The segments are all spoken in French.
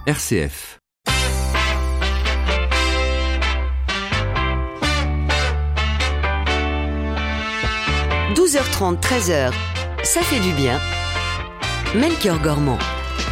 RCF. « 12h30, 13h, ça fait du bien. » Melchior Gormand.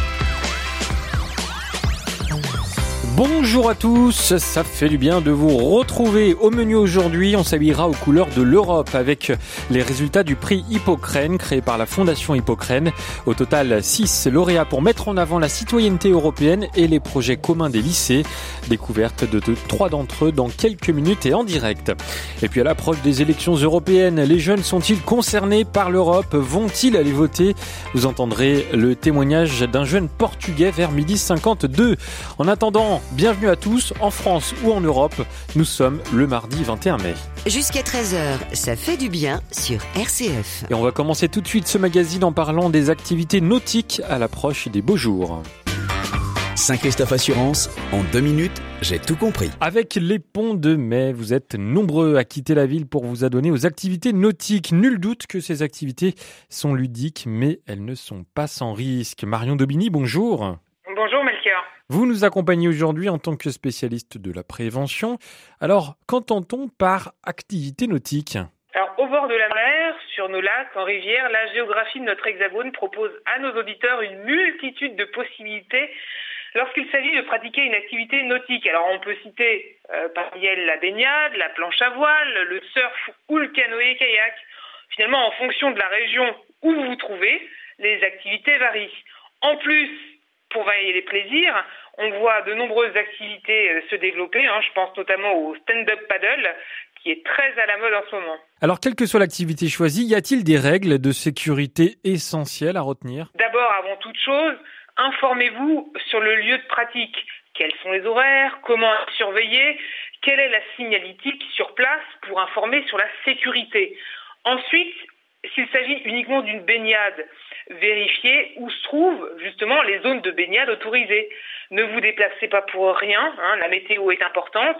Bonjour à tous, ça fait du bien de vous retrouver. Au menu aujourd'hui, on s'habillera aux couleurs de l'Europe avec les résultats du prix Hippocrène créé par la Fondation Hippocrène. Au total, 6 lauréats pour mettre en avant la citoyenneté européenne et les projets communs des lycées. Découverte de 3 d'entre eux dans quelques minutes et en direct. Et puis à l'approche des élections européennes, les jeunes sont-ils concernés par l'Europe? Vont-ils aller voter? Vous entendrez le témoignage d'un jeune portugais vers 12h52. En attendant, bienvenue à tous, en France ou en Europe. Nous sommes le mardi 21 mai. Jusqu'à 13h, ça fait du bien sur RCF. Et on va commencer tout de suite ce magazine en parlant des activités nautiques à l'approche des beaux jours. Saint-Christophe Assurance, en 2 minutes, j'ai tout compris. Avec les ponts de mai, vous êtes nombreux à quitter la ville pour vous adonner aux activités nautiques. Nul doute que ces activités sont ludiques, mais elles ne sont pas sans risque. Marion Daubigny, bonjour. Bonjour Melchior. Vous nous accompagnez aujourd'hui en tant que spécialiste de la prévention. Alors, qu'entend-on par activité nautique ? Alors, au bord de la mer, sur nos lacs, en rivières, la géographie de notre hexagone propose à nos auditeurs une multitude de possibilités lorsqu'il s'agit de pratiquer une activité nautique. Alors, on peut citer parmi elles la baignade, la planche à voile, le surf ou le canoë-kayak. Finalement, en fonction de la région où vous vous trouvez, les activités varient. En plus, pour varier les plaisirs, on voit de nombreuses activités se développer. Je pense notamment au stand-up paddle, qui est très à la mode en ce moment. Alors, quelle que soit l'activité choisie, y a-t-il des règles de sécurité essentielles à retenir ? D'abord, avant toute chose, informez-vous sur le lieu de pratique. Quels sont les horaires ? Comment surveiller ? Quelle est la signalétique sur place pour informer sur la sécurité ? Ensuite, s'il s'agit uniquement d'une baignade, vérifiez où se trouvent justement les zones de baignade autorisées. Ne vous déplacez pas pour rien, la météo est importante.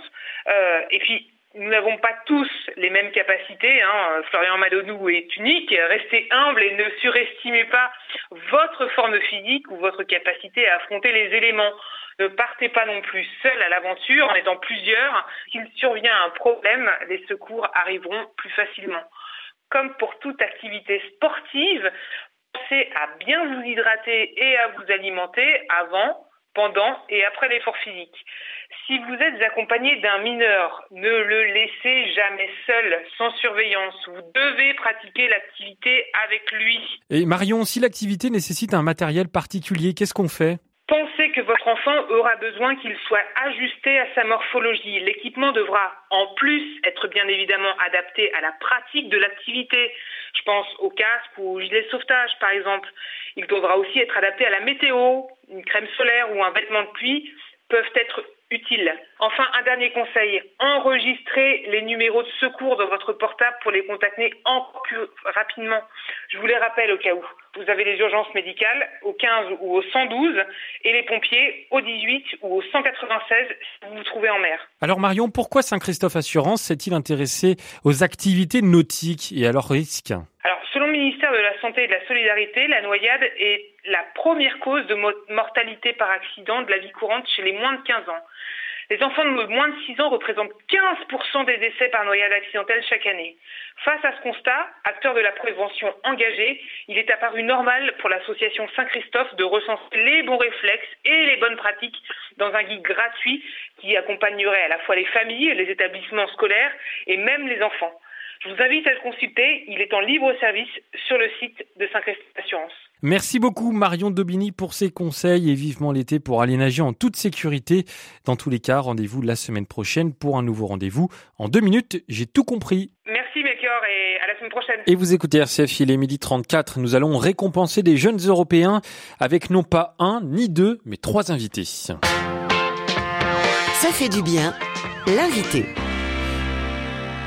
Et puis, nous n'avons pas tous les mêmes capacités. Florian Madonou est unique. Restez humble et ne surestimez pas votre forme physique ou votre capacité à affronter les éléments. Ne partez pas non plus seul à l'aventure en étant plusieurs. S'il survient un problème, les secours arriveront plus facilement. Comme pour toute activité sportive, pensez à bien vous hydrater et à vous alimenter avant, pendant et après l'effort physique. Si vous êtes accompagné d'un mineur, ne le laissez jamais seul, sans surveillance. Vous devez pratiquer l'activité avec lui. Et Marion, si l'activité nécessite un matériel particulier, qu'est-ce qu'on fait ? Pensez que votre enfant aura besoin qu'il soit ajusté à sa morphologie. L'équipement devra en plus être bien évidemment adapté à la pratique de l'activité. Je pense au casque ou au gilet de sauvetage par exemple. Il devra aussi être adapté à la météo. Une crème solaire ou un vêtement de pluie peuvent être utiles. Enfin, un dernier conseil, enregistrez les numéros de secours dans votre portable pour les contacter encore plus rapidement. Je vous les rappelle au cas où. Vous avez les urgences médicales au 15 ou au 112 et les pompiers au 18 ou au 196 si vous vous trouvez en mer. Alors Marion, pourquoi Saint-Christophe Assurance s'est-il intéressé aux activités nautiques et à leurs risques ? Alors, selon le ministère de la Santé et de la Solidarité, la noyade est la première cause de mortalité par accident de la vie courante chez les moins de 15 ans. Les enfants de moins de 6 ans représentent 15% des décès par noyade accidentelle chaque année. Face à ce constat, acteur de la prévention engagé, il est apparu normal pour l'association Saint-Christophe de recenser les bons réflexes et les bonnes pratiques dans un guide gratuit qui accompagnerait à la fois les familles, les établissements scolaires et même les enfants. Je vous invite à le consulter, il est en libre service sur le site de Saint-Christophe Assurance. Merci beaucoup Marion Daubigny pour ces conseils et vivement l'été pour aller nager en toute sécurité. Dans tous les cas, rendez-vous la semaine prochaine pour un nouveau rendez-vous. En 2 minutes, j'ai tout compris. Merci Melchior et à la semaine prochaine. Et vous écoutez RCF, il est 12h34. Nous allons récompenser des jeunes Européens avec non pas 1 ni 2, mais 3 invités. Ça fait du bien, l'invité.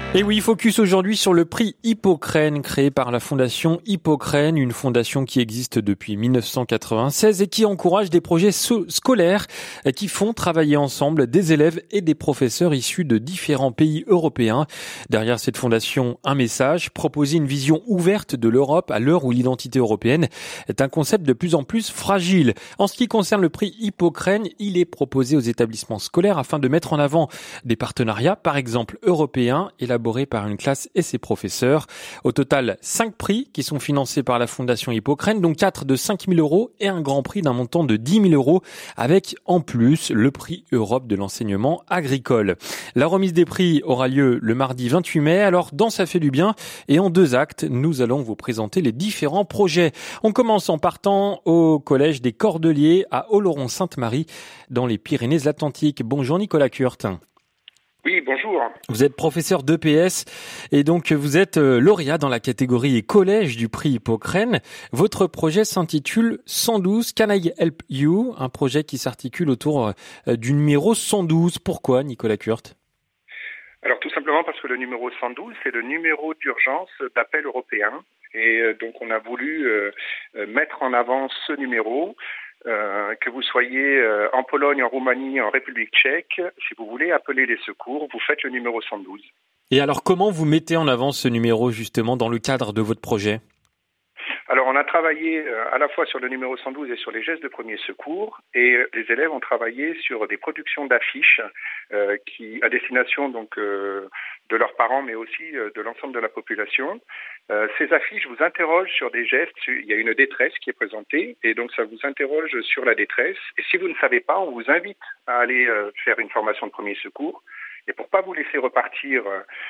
Et oui, focus aujourd'hui sur le prix Hippocrène, créé par la fondation Hippocrène, une fondation qui existe depuis 1996 et qui encourage des projets scolaires qui font travailler ensemble des élèves et des professeurs issus de différents pays européens. Derrière cette fondation, un message, proposer une vision ouverte de l'Europe à l'heure où l'identité européenne est un concept de plus en plus fragile. En ce qui concerne le prix Hippocrène, il est proposé aux établissements scolaires afin de mettre en avant des partenariats, par exemple européens, élaborés par une classe et ses professeurs. Au total, 5 prix qui sont financés par la Fondation Hippocrène, dont 4 de 5 000 € et un grand prix d'un montant de 10 000 €, avec en plus le prix Europe de l'enseignement agricole. La remise des prix aura lieu le mardi 28 mai. Alors, dans Ça fait du bien et en 2 actes, nous allons vous présenter les différents projets. On commence en partant au collège des Cordeliers à Oloron-Sainte-Marie dans les Pyrénées-Atlantiques. Bonjour Nicolas Kurt. Oui, bonjour. Vous êtes professeur d'EPS et donc vous êtes lauréat dans la catégorie collège du prix Hippocrène. Votre projet s'intitule 112 Can I Help You, un projet qui s'articule autour du numéro 112. Pourquoi, Nicolas Kurt ? Alors tout simplement parce que le numéro 112, c'est le numéro d'urgence d'appel européen. Et donc on a voulu mettre en avant ce numéro. Que vous soyez en Pologne, en Roumanie, en République tchèque, si vous voulez appeler les secours, vous faites le numéro 112. Et alors comment vous mettez en avant ce numéro justement dans le cadre de votre projet ? Alors on a travaillé à la fois sur le numéro 112 et sur les gestes de premier secours, et les élèves ont travaillé sur des productions d'affiches qui à destination donc de leurs parents mais aussi de l'ensemble de la population. Ces affiches vous interrogent sur des gestes, il y a une détresse qui est présentée et donc ça vous interroge sur la détresse, et si vous ne savez pas, on vous invite à aller faire une formation de premier secours. Et pour pas vous laisser repartir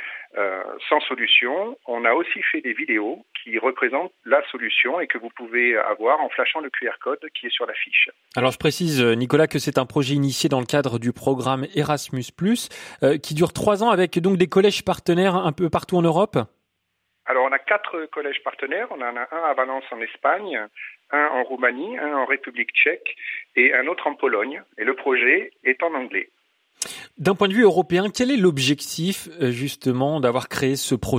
sans solution, on a aussi fait des vidéos qui représentent la solution et que vous pouvez avoir en flashant le QR code qui est sur la fiche. Alors je précise, Nicolas, que c'est un projet initié dans le cadre du programme Erasmus+, qui dure 3 ans avec donc des collèges partenaires un peu partout en Europe. Alors on a 4 collèges partenaires, on en a un à Valence en Espagne, un en Roumanie, un en République tchèque et un autre en Pologne. Et le projet est en anglais. D'un point de vue européen, quel est l'objectif justement d'avoir créé ce projet ?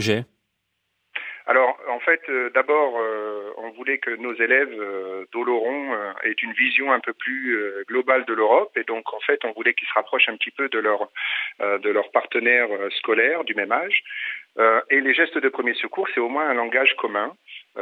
Alors en fait, d'abord, on voulait que nos élèves d'Oloron aient une vision un peu plus globale de l'Europe, et donc en fait, on voulait qu'ils se rapprochent un petit peu de leurs partenaires scolaires du même âge. Et les gestes de premier secours, c'est au moins un langage commun.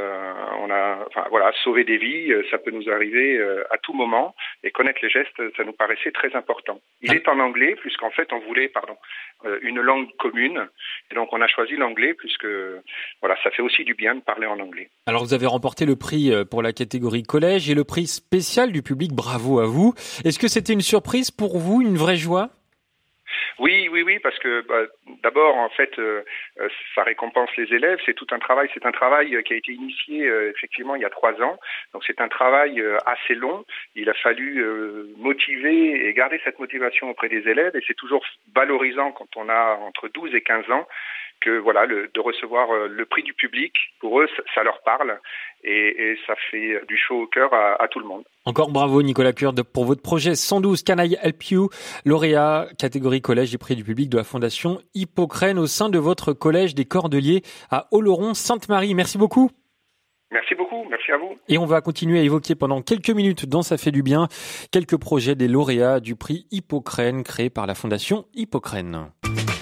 Sauver des vies, ça peut nous arriver à tout moment, et connaître les gestes, ça nous paraissait très important. Il est en anglais, puisqu'en fait on voulait, une langue commune, et donc on a choisi l'anglais, puisque ça fait aussi du bien de parler en anglais. Alors vous avez remporté le prix pour la catégorie collège et le prix spécial du public, bravo à vous. Est-ce que c'était une surprise pour vous, une vraie joie ? Oui, parce que d'abord, en fait, ça récompense les élèves. C'est un travail qui a été initié effectivement il y a 3 ans. Donc c'est un travail assez long. Il a fallu motiver et garder cette motivation auprès des élèves. Et c'est toujours valorisant quand on a entre 12 et 15 ans que de recevoir le prix du public. Pour eux, ça leur parle et ça fait du chaud au cœur à tout le monde. Encore bravo Nicolas Kurt pour votre projet 112 Can I Help You, lauréat catégorie collège et prix du public de la Fondation Hippocrène au sein de votre collège des Cordeliers à Oloron-Sainte-Marie. Merci beaucoup. Merci beaucoup, merci à vous. Et on va continuer à évoquer pendant quelques minutes dans Ça fait du bien quelques projets des lauréats du prix Hippocrène créé par la Fondation Hippocrène.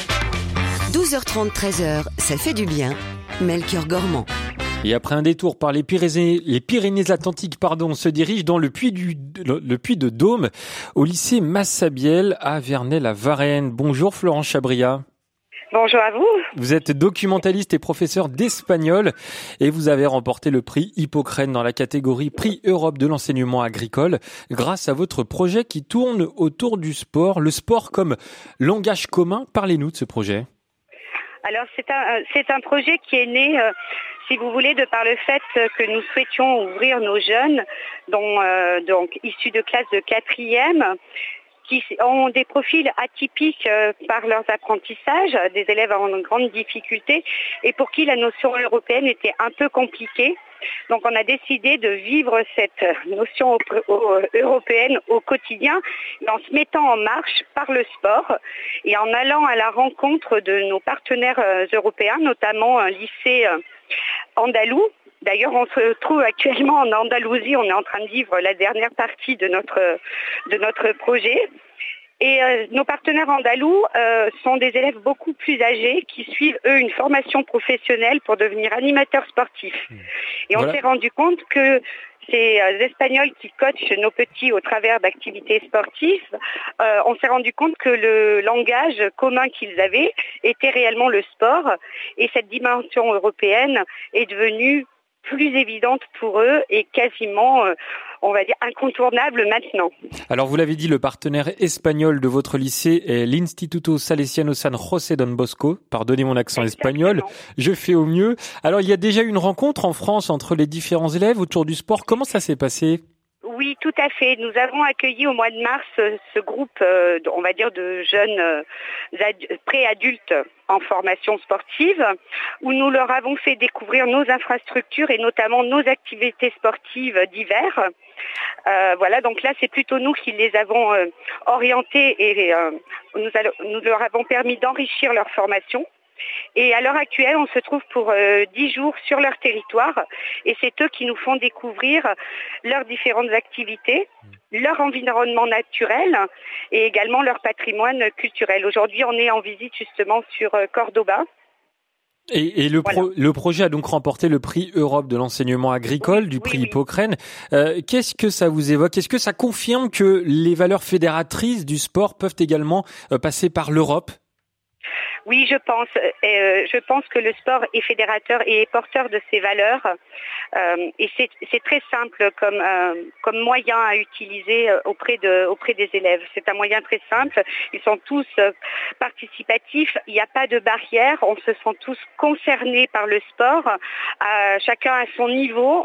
12h30, 13h, Ça fait du bien. Melchior Gormand. Et après un détour par les Pyrénées-Atlantiques, on se dirige dans le Puy-de-Dôme, au lycée Massabielle à Vernay-la-Varenne. Bonjour Florence Chabria. Bonjour à vous. Vous êtes documentaliste et professeur d'espagnol et vous avez remporté le prix Hippocrène dans la catégorie Prix Europe de l'enseignement agricole grâce à votre projet qui tourne autour du sport, le sport comme langage commun. Parlez-nous de ce projet. Alors c'est un projet qui est né, si vous voulez, de par le fait que nous souhaitions ouvrir nos jeunes, donc issus de classes de 4e, qui ont des profils atypiques par leurs apprentissages, des élèves en grande difficulté, et pour qui la notion européenne était un peu compliquée. Donc on a décidé de vivre cette notion européenne au quotidien en se mettant en marche par le sport et en allant à la rencontre de nos partenaires européens, notamment un lycée andalou. D'ailleurs, on se trouve actuellement en Andalousie, on est en train de vivre la dernière partie de notre projet. Et nos partenaires andalous sont des élèves beaucoup plus âgés qui suivent, eux, une formation professionnelle pour devenir animateurs sportifs. Et on s'est rendu compte que ces Espagnols qui coachent nos petits au travers d'activités sportives, on s'est rendu compte que le langage commun qu'ils avaient était réellement le sport. Et cette dimension européenne est devenue plus évidente pour eux et quasiment, on va dire, incontournable maintenant. Alors vous l'avez dit, le partenaire espagnol de votre lycée est l'Instituto Salesiano San José Don Bosco. Pardonnez mon accent espagnol, je fais au mieux. Alors il y a déjà eu une rencontre en France entre les différents élèves autour du sport. Comment ça s'est passé ? Oui, tout à fait. Nous avons accueilli au mois de mars ce groupe, on va dire, de jeunes préadultes en formation sportive, où nous leur avons fait découvrir nos infrastructures et notamment nos activités sportives d'hiver. Voilà, donc là, c'est plutôt nous qui les avons orientés et nous leur avons permis d'enrichir leur formation. Et à l'heure actuelle, on se trouve pour 10 jours sur leur territoire et c'est eux qui nous font découvrir leurs différentes activités, leur environnement naturel et également leur patrimoine culturel. Aujourd'hui, on est en visite justement sur Cordoba. Et le projet a donc remporté le prix Europe de l'enseignement agricole du prix Hippocrène. Qu'est-ce que ça vous évoque ? Est-ce que ça confirme que les valeurs fédératrices du sport peuvent également passer par l'Europe ? Oui, je pense. Je pense que le sport est fédérateur et est porteur de ces valeurs. Et c'est très simple comme moyen à utiliser auprès des élèves. C'est un moyen très simple. Ils sont tous participatifs. Il n'y a pas de barrière. On se sent tous concernés par le sport. Chacun à son niveau.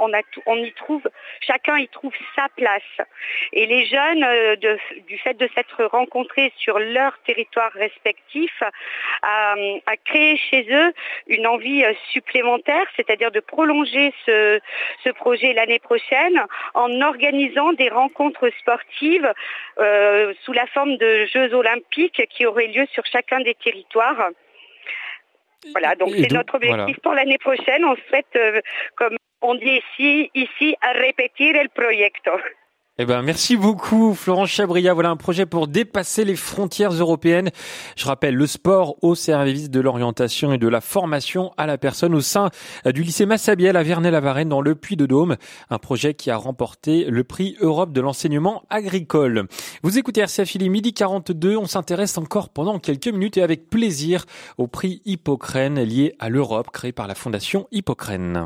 Chacun y trouve sa place. Et les jeunes, du fait de s'être rencontrés sur leur territoire respectif, à créer chez eux une envie supplémentaire, c'est-à-dire de prolonger ce projet l'année prochaine en organisant des rencontres sportives sous la forme de Jeux olympiques qui auraient lieu sur chacun des territoires. Voilà, donc c'est notre objectif pour l'année prochaine. On souhaite, comme on dit ici, à répéter el proyecto. Eh ben, merci beaucoup, Florence Chabria. Voilà un projet pour dépasser les frontières européennes. Je rappelle, le sport au service de l'orientation et de la formation à la personne au sein du lycée Massabielle à Vernay-la-Varenne dans le Puy-de-Dôme. Un projet qui a remporté le prix Europe de l'enseignement agricole. Vous écoutez RCF, il est 12h42. On s'intéresse encore pendant quelques minutes et avec plaisir au prix Hippocrène lié à l'Europe créé par la Fondation Hippocrène.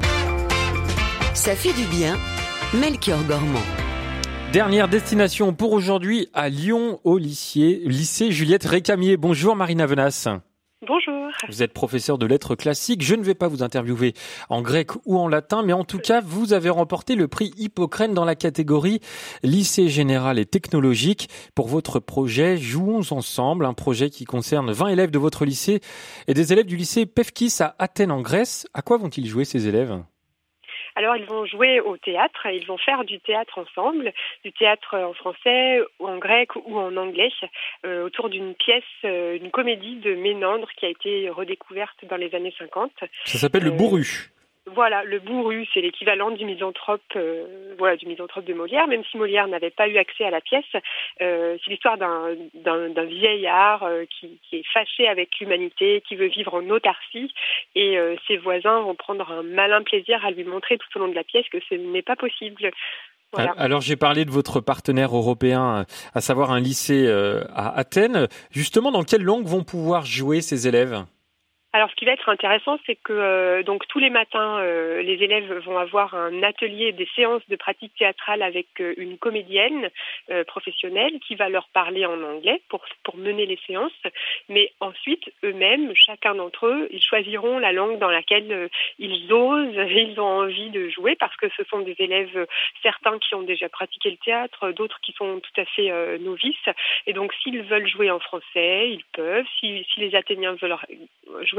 Ça fait du bien. Melchior Gormand. Dernière destination pour aujourd'hui à Lyon, au lycée Juliette Récamier. Bonjour Marina Venas. Bonjour. Vous êtes professeur de lettres classiques. Je ne vais pas vous interviewer en grec ou en latin, mais en tout cas, vous avez remporté le prix Hippocrène dans la catégorie lycée général et technologique pour votre projet Jouons ensemble, un projet qui concerne 20 élèves de votre lycée et des élèves du lycée Pefkis à Athènes en Grèce. À quoi vont-ils jouer ces élèves ? Alors, ils vont jouer au théâtre, ils vont faire du théâtre ensemble, du théâtre en français, ou en grec ou en anglais, autour d'une pièce, une comédie de Ménandre qui a été redécouverte dans les années 50. Ça s'appelle le Bourru. Voilà, le Bourru, c'est l'équivalent du misanthrope, du misanthrope de Molière, même si Molière n'avait pas eu accès à la pièce. C'est l'histoire d'un vieillard qui est fâché avec l'humanité, qui veut vivre en autarcie, et ses voisins vont prendre un malin plaisir à lui montrer tout au long de la pièce que ce n'est pas possible. Voilà. Alors j'ai parlé de votre partenaire européen, à savoir un lycée à Athènes. Justement, dans quelle langue vont pouvoir jouer ces élèves ? Alors, ce qui va être intéressant, c'est que donc tous les matins, les élèves vont avoir un atelier, des séances de pratique théâtrale avec une comédienne professionnelle qui va leur parler en anglais pour mener les séances. Mais ensuite, eux-mêmes, chacun d'entre eux, ils choisiront la langue dans laquelle ils osent et ils ont envie de jouer parce que ce sont des élèves, certains qui ont déjà pratiqué le théâtre, d'autres qui sont tout à fait novices. Et donc, s'ils veulent jouer en français, ils peuvent. Si les Athéniens veulent jouer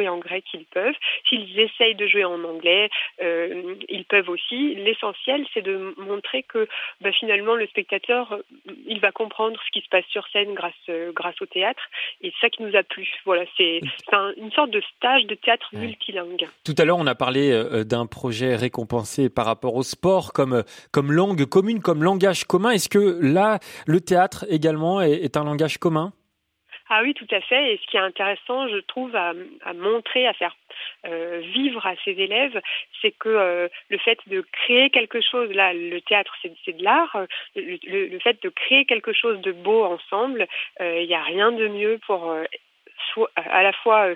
jouer en grec, ils peuvent. S'ils essayent de jouer en anglais, ils peuvent aussi. L'essentiel, c'est de montrer que finalement, le spectateur, il va comprendre ce qui se passe sur scène grâce au théâtre. Et c'est ça qui nous a plu. Voilà, c'est une sorte de stage de théâtre multilingue. Tout à l'heure, on a parlé d'un projet récompensé par rapport au sport comme langue commune, comme langage commun. Est-ce que là, le théâtre également est un langage commun ? Ah oui, tout à fait. Et ce qui est intéressant, je trouve, à montrer, à faire vivre à ses élèves, c'est que le fait de créer quelque chose, là, le théâtre, c'est de l'art. Le fait de créer quelque chose de beau ensemble, il n'y a rien de mieux pour à la fois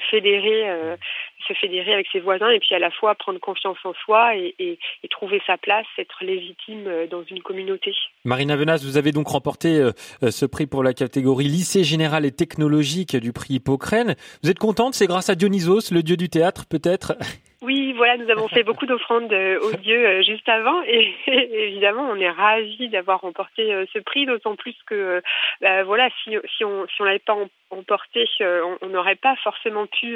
se fédérer avec ses voisins et puis à la fois prendre confiance en soi et trouver sa place, être légitime dans une communauté. Marina Venas, vous avez donc remporté ce prix pour la catégorie lycée général et technologique du prix Hippocrène. Vous êtes contente? C'est grâce à Dionysos, le dieu du théâtre, peut-être? Oui, voilà, nous avons fait beaucoup d'offrandes aux dieux juste avant et évidemment, on est ravis d'avoir remporté ce prix, d'autant plus que si on l'avait pas emporté, on n'aurait pas forcément pu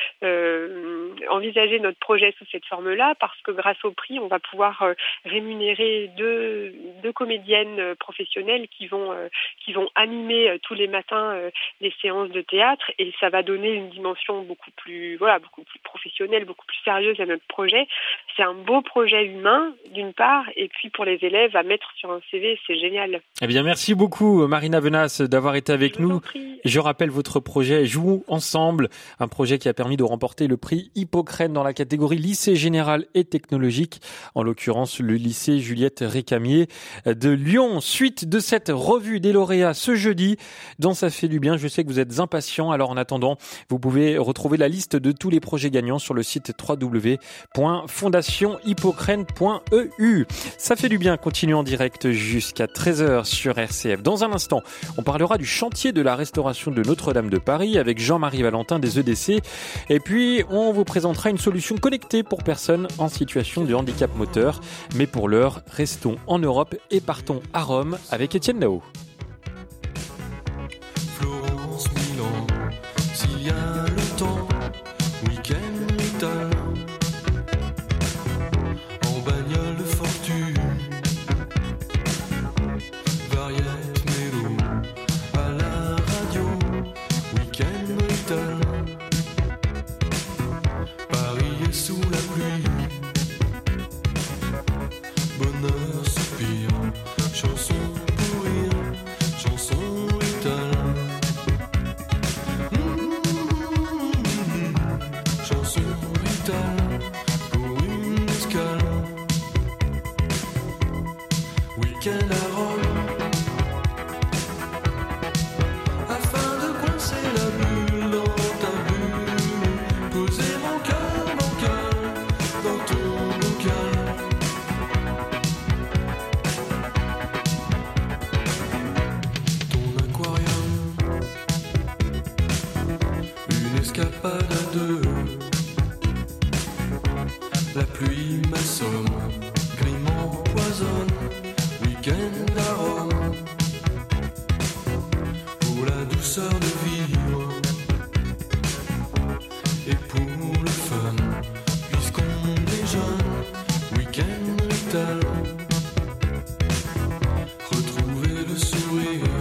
envisager notre projet sous cette forme-là, parce que grâce au prix, on va pouvoir rémunérer deux comédiennes professionnelles qui vont animer tous les matins les séances de théâtre, et ça va donner une dimension beaucoup plus professionnelle, beaucoup plus sérieuse à notre projet. C'est un beau projet humain d'une part, et puis pour les élèves à mettre sur un CV, c'est génial. Eh bien, merci beaucoup Marina Venas d'avoir été avec nous. Je rappelle votre projet Jouons ensemble, un projet qui a permis de remporter le prix Hippocrène dans la catégorie lycée général et technologique, en l'occurrence le lycée Juliette Récamier de Lyon. Suite de cette revue des lauréats ce jeudi dans Ça fait du bien. Je sais que vous êtes impatients, alors en attendant, vous pouvez retrouver la liste de tous les projets gagnants sur le site www.fondationhippocrène.eu. Ça fait du bien, continue en direct jusqu'à 13h sur RCF. Dans un instant, on parlera du chantier de la restauration de Notre-Dame de Paris avec Jean-Marie Valentin des EDC. Et puis, on vous présentera une solution connectée pour personnes en situation de handicap moteur. Mais pour l'heure, restons en Europe et partons à Rome avec Étienne Dao. Florence, Milan, s'il y a le temps, week-end italien, en bagnole fortune, variette mélo, à la radio, week-end italien, Paris est sous la pluie, bonheur soupir, chanson pour rire, chanson italien. Chanson italienne pour une escale. Week-end à Rome, afin de coincer la bulle dans ta bulle, poser mon cœur bancal dans ton bocal. Ton aquarium, une escapade à deux. La pluie m'assomme, grime empoisonne, week-end à Rome, pour la douceur de vivre, et pour le fun, puisqu'on est jeune, week-end italien, retrouver le sourire,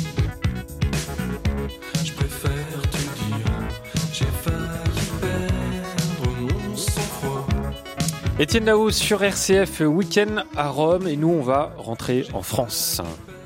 je préfère te dire, j'ai failli perdre mon sang-froid. Étienne Dao sur RCF, week-end à Rome, et nous on va rentrer en France.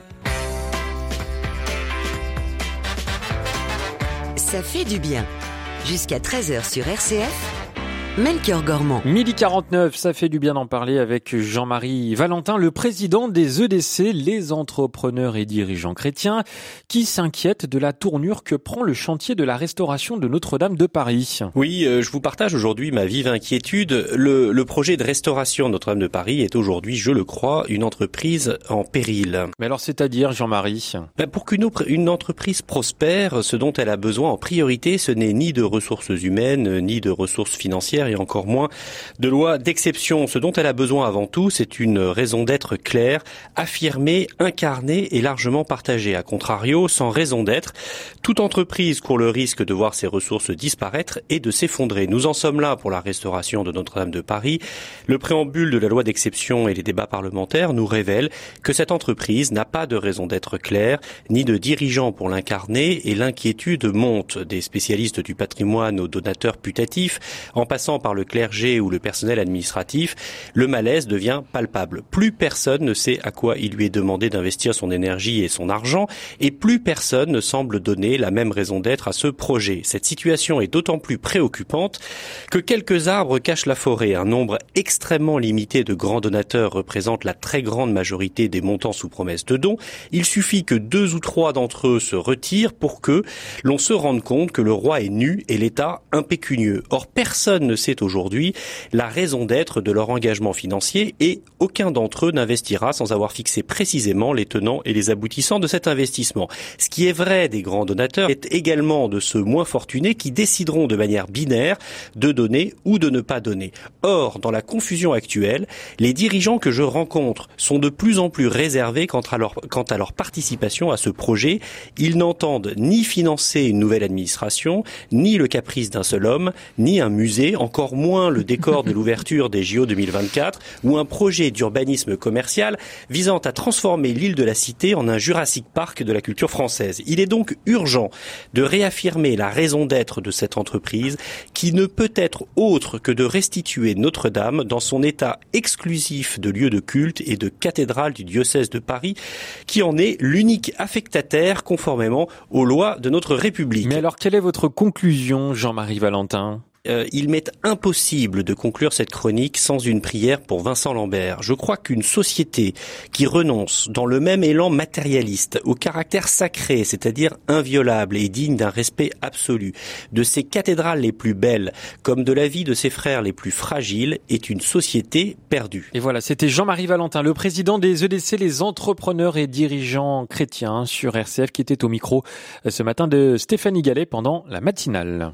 Ça fait du bien. Jusqu'à 13h sur RCF, Melchior Gormand. 12h49, ça fait du bien d'en parler avec Jean-Marie Valentin, le président des EDC, les entrepreneurs et dirigeants chrétiens, qui s'inquiètent de la tournure que prend le chantier de la restauration de Notre-Dame de Paris. Oui, je vous partage aujourd'hui ma vive inquiétude. Le projet de restauration de Notre-Dame de Paris est aujourd'hui, je le crois, une entreprise en péril. Mais alors, c'est-à-dire, Jean-Marie? Pour qu'une entreprise prospère, ce dont elle a besoin en priorité, ce n'est ni de ressources humaines, ni de ressources financières. et encore moins de loi d'exception. Ce dont elle a besoin avant tout, c'est une raison d'être claire, affirmée, incarnée et largement partagée. A contrario, sans raison d'être, toute entreprise court le risque de voir ses ressources disparaître et de s'effondrer. Nous en sommes là pour la restauration de Notre-Dame de Paris. Le préambule de la loi d'exception et les débats parlementaires nous révèlent que cette entreprise n'a pas de raison d'être claire, ni de dirigeants pour l'incarner, et l'inquiétude monte des spécialistes du patrimoine aux donateurs putatifs, en passant par le clergé ou le personnel administratif. Le malaise devient palpable. Plus personne ne sait à quoi il lui est demandé d'investir son énergie et son argent, et plus personne ne semble donner la même raison d'être à ce projet. Cette situation est d'autant plus préoccupante que quelques arbres cachent la forêt. Un nombre extrêmement limité de grands donateurs représente la très grande majorité des montants sous promesse de dons. Il suffit que 2 ou 3 d'entre eux se retirent pour que l'on se rende compte que le roi est nu et l'État impécunieux. Or, personne ne sait aujourd'hui la raison d'être de leur engagement financier et aucun d'entre eux n'investira sans avoir fixé précisément les tenants et les aboutissants de cet investissement. Ce qui est vrai des grands donateurs est également de ceux moins fortunés qui décideront de manière binaire de donner ou de ne pas donner. Or, dans la confusion actuelle, les dirigeants que je rencontre sont de plus en plus réservés quant à leur participation à ce projet. Ils n'entendent ni financer une nouvelle administration, ni le caprice d'un seul homme, ni un musée, encore moins le décor de l'ouverture des JO 2024, ou un projet d'urbanisme commercial visant à transformer l'île de la Cité en un Jurassic Park de la culture française. Il est donc urgent de réaffirmer la raison d'être de cette entreprise qui ne peut être autre que de restituer Notre-Dame dans son état exclusif de lieu de culte et de cathédrale du diocèse de Paris, qui en est l'unique affectataire conformément aux lois de notre République. Mais alors, quelle est votre conclusion, Jean-Marie Valentin ? Il m'est impossible de conclure cette chronique sans une prière pour Vincent Lambert. Je crois qu'une société qui renonce, dans le même élan matérialiste, au caractère sacré, c'est-à-dire inviolable et digne d'un respect absolu, de ses cathédrales les plus belles, comme de la vie de ses frères les plus fragiles, est une société perdue. Et voilà, c'était Jean-Marie Valentin, le président des EDC, les entrepreneurs et dirigeants chrétiens sur RCF, qui était au micro ce matin de Stéphanie Gallet pendant la matinale.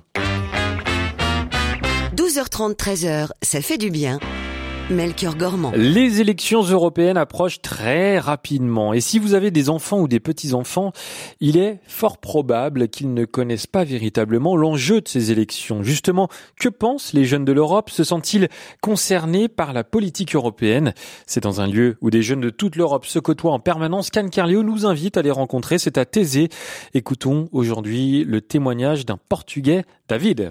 12h30, 13h, ça fait du bien. Melchior Gormand. Les élections européennes approchent très rapidement. Et si vous avez des enfants ou des petits-enfants, il est fort probable qu'ils ne connaissent pas véritablement l'enjeu de ces élections. Justement, que pensent les jeunes de l'Europe ? Se sentent-ils concernés par la politique européenne ? C'est dans un lieu où des jeunes de toute l'Europe se côtoient en permanence qu'Anne Carleo nous invite à les rencontrer. C'est à Thésée. Écoutons aujourd'hui le témoignage d'un Portugais, David.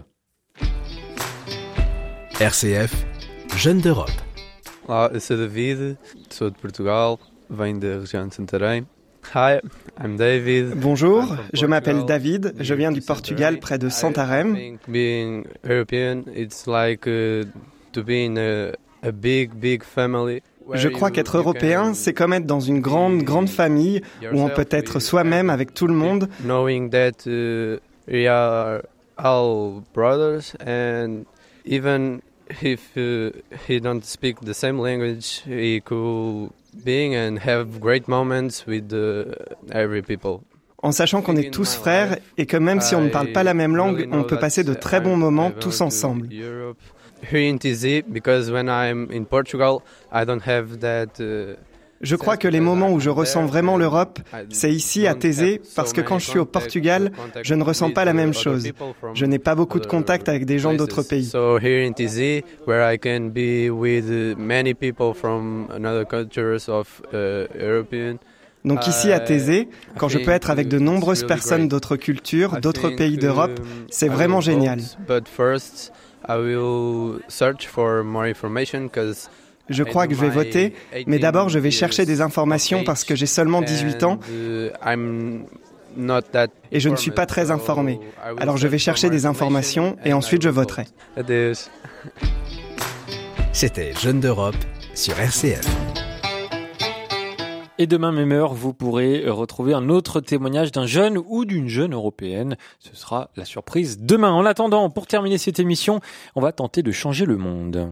RCF, Jeunes d'Europe. Olá, eu sou David, sou de Portugal, venho da região de Santarém. Hi, I'm David. Bonjour, je m'appelle David, je viens du Portugal près de Santarém. Being European, it's like to be in a big family. Je crois qu'être européen, c'est comme être dans une grande famille où on peut être soi-même avec tout le monde. Knowing that we are all brothers and even if he don't speak the same language, he could be and have great moments with every people. En sachant qu'on est tous frères et que même si on ne parle pas la même langue, on peut passer de très bons moments tous ensemble. Here in TZ, because when I'm in Portugal, I don't have that. Je crois que les moments où je ressens vraiment l'Europe, c'est ici à Thésée, parce que quand je suis au Portugal, je ne ressens pas la même chose. Je n'ai pas beaucoup de contact avec des gens d'autres pays. So here in TZ, where I can be with many people from another cultures of European. Donc ici à Thésée, quand je peux être avec de nombreuses personnes d'autres cultures, d'autres pays d'Europe, c'est vraiment génial. But first, I will search for more information because je crois que je vais voter, mais d'abord je vais chercher des informations parce que j'ai seulement 18 ans et je ne suis pas très informé. Alors je vais chercher des informations et ensuite je voterai. C'était Jeunes d'Europe sur RCF. Et demain, même heure, vous pourrez retrouver un autre témoignage d'un jeune ou d'une jeune européenne. Ce sera la surprise demain. En attendant, pour terminer cette émission, on va tenter de changer le monde.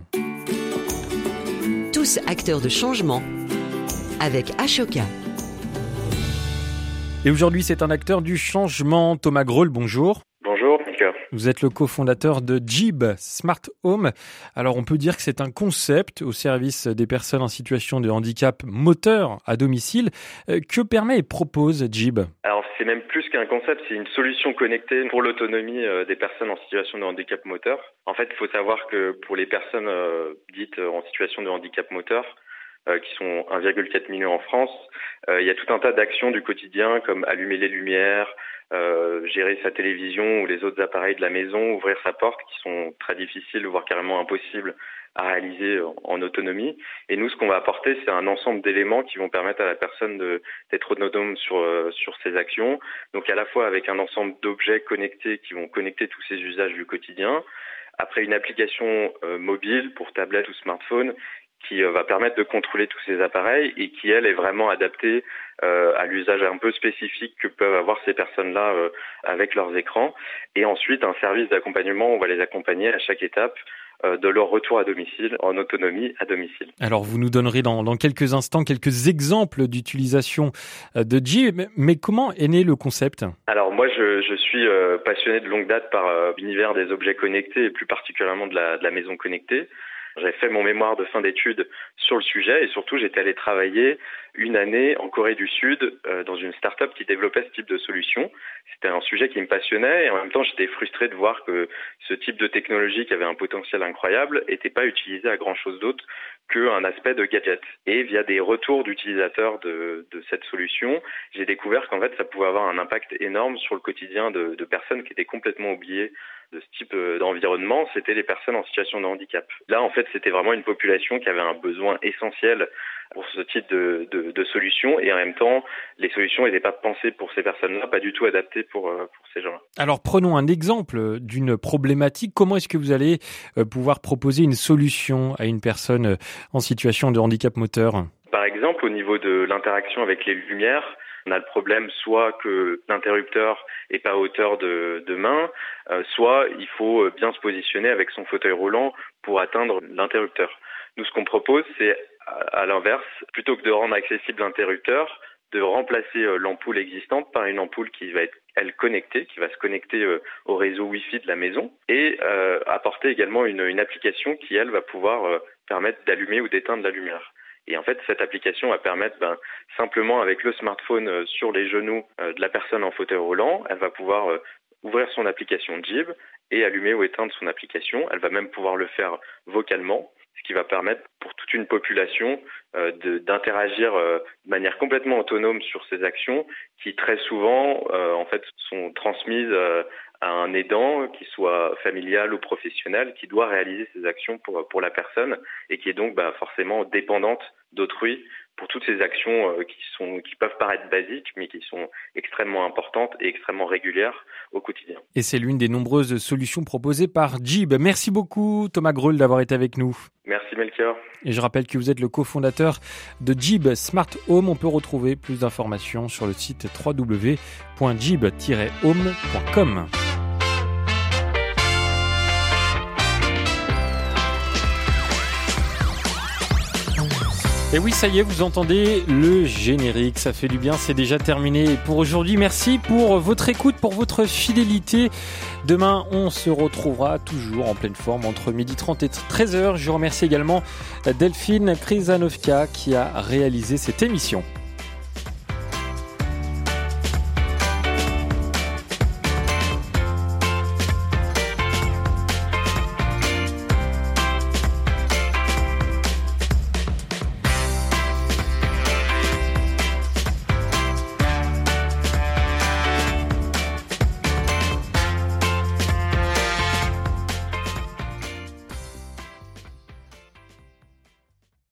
Tous acteurs de changement avec Ashoka. Et aujourd'hui, c'est un acteur du changement. Thomas Grohl, bonjour. Bonjour. Melchior. Vous êtes le cofondateur de Jib Smart Home. Alors on peut dire que c'est un concept au service des personnes en situation de handicap moteur à domicile. Que permet et propose Jib ? Alors c'est même plus qu'un concept, c'est une solution connectée pour l'autonomie des personnes en situation de handicap moteur. En fait, il faut savoir que pour les personnes dites en situation de handicap moteur, qui sont 1,4 million en France, il y a tout un tas d'actions du quotidien comme allumer les lumières, gérer sa télévision ou les autres appareils de la maison, ouvrir sa porte, qui sont très difficiles, voire carrément impossibles à réaliser en autonomie. Et nous, ce qu'on va apporter, c'est un ensemble d'éléments qui vont permettre à la personne d'être autonome sur ses actions. Donc à la fois avec un ensemble d'objets connectés qui vont connecter tous ses usages du quotidien, après une application mobile pour tablette ou smartphone qui va permettre de contrôler tous ces appareils et qui, elle, est vraiment adaptée à l'usage un peu spécifique que peuvent avoir ces personnes-là avec leurs écrans. Et ensuite, un service d'accompagnement, on va les accompagner à chaque étape de leur retour à domicile, en autonomie à domicile. Alors, vous nous donnerez dans quelques instants quelques exemples d'utilisation de Jib, mais comment est né le concept ? Alors, moi, je suis passionné de longue date par l'univers des objets connectés et plus particulièrement de la maison connectée. J'avais fait mon mémoire de fin d'études sur le sujet et surtout j'étais allé travailler une année en Corée du Sud dans une start-up qui développait ce type de solution. C'était un sujet qui me passionnait et en même temps j'étais frustré de voir que ce type de technologie qui avait un potentiel incroyable n'était pas utilisé à grand chose d'autre qu'un aspect de gadget. Et via des retours d'utilisateurs de cette solution, j'ai découvert qu'en fait ça pouvait avoir un impact énorme sur le quotidien de personnes qui étaient complètement oubliées de ce type d'environnement, c'était les personnes en situation de handicap. Là, en fait, c'était vraiment une population qui avait un besoin essentiel pour ce type de solutions et en même temps, les solutions n'étaient pas pensées pour ces personnes-là, pas du tout adaptées pour ces gens-là. Alors, prenons un exemple d'une problématique. Comment est-ce que vous allez pouvoir proposer une solution à une personne en situation de handicap moteur ? Par exemple, au niveau de l'interaction avec les lumières, on a le problème soit que l'interrupteur est pas à hauteur de main, soit il faut bien se positionner avec son fauteuil roulant pour atteindre l'interrupteur. Nous, ce qu'on propose, c'est à l'inverse, plutôt que de rendre accessible l'interrupteur, de remplacer l'ampoule existante par une ampoule qui va être, elle, connectée, qui va se connecter au réseau Wi-Fi de la maison et apporter également une application qui, elle, va pouvoir permettre d'allumer ou d'éteindre la lumière. Et en fait, cette application va permettre simplement avec le smartphone sur les genoux de la personne en fauteuil roulant, elle va pouvoir ouvrir son application Jib et allumer ou éteindre son application. Elle va même pouvoir le faire vocalement, ce qui va permettre pour toute une population d'interagir de manière complètement autonome sur ces actions qui très souvent en fait sont transmises à un aidant, qui soit familial ou professionnel, qui doit réaliser ces actions pour la personne et qui est donc forcément dépendante d'autrui pour toutes ces actions qui peuvent paraître basiques mais qui sont extrêmement importantes et extrêmement régulières au quotidien. Et c'est l'une des nombreuses solutions proposées par Jib. Merci beaucoup Thomas Greul d'avoir été avec nous. Merci Melchior. Et je rappelle que vous êtes le cofondateur de Jib Smart Home. On peut retrouver plus d'informations sur le site www.jib-home.com. Et oui, ça y est, vous entendez le générique, ça fait du bien, c'est déjà terminé pour aujourd'hui. Merci pour votre écoute, pour votre fidélité. Demain, on se retrouvera toujours en pleine forme entre 12h30 et 13h. Je remercie également Delphine Krizanovka qui a réalisé cette émission.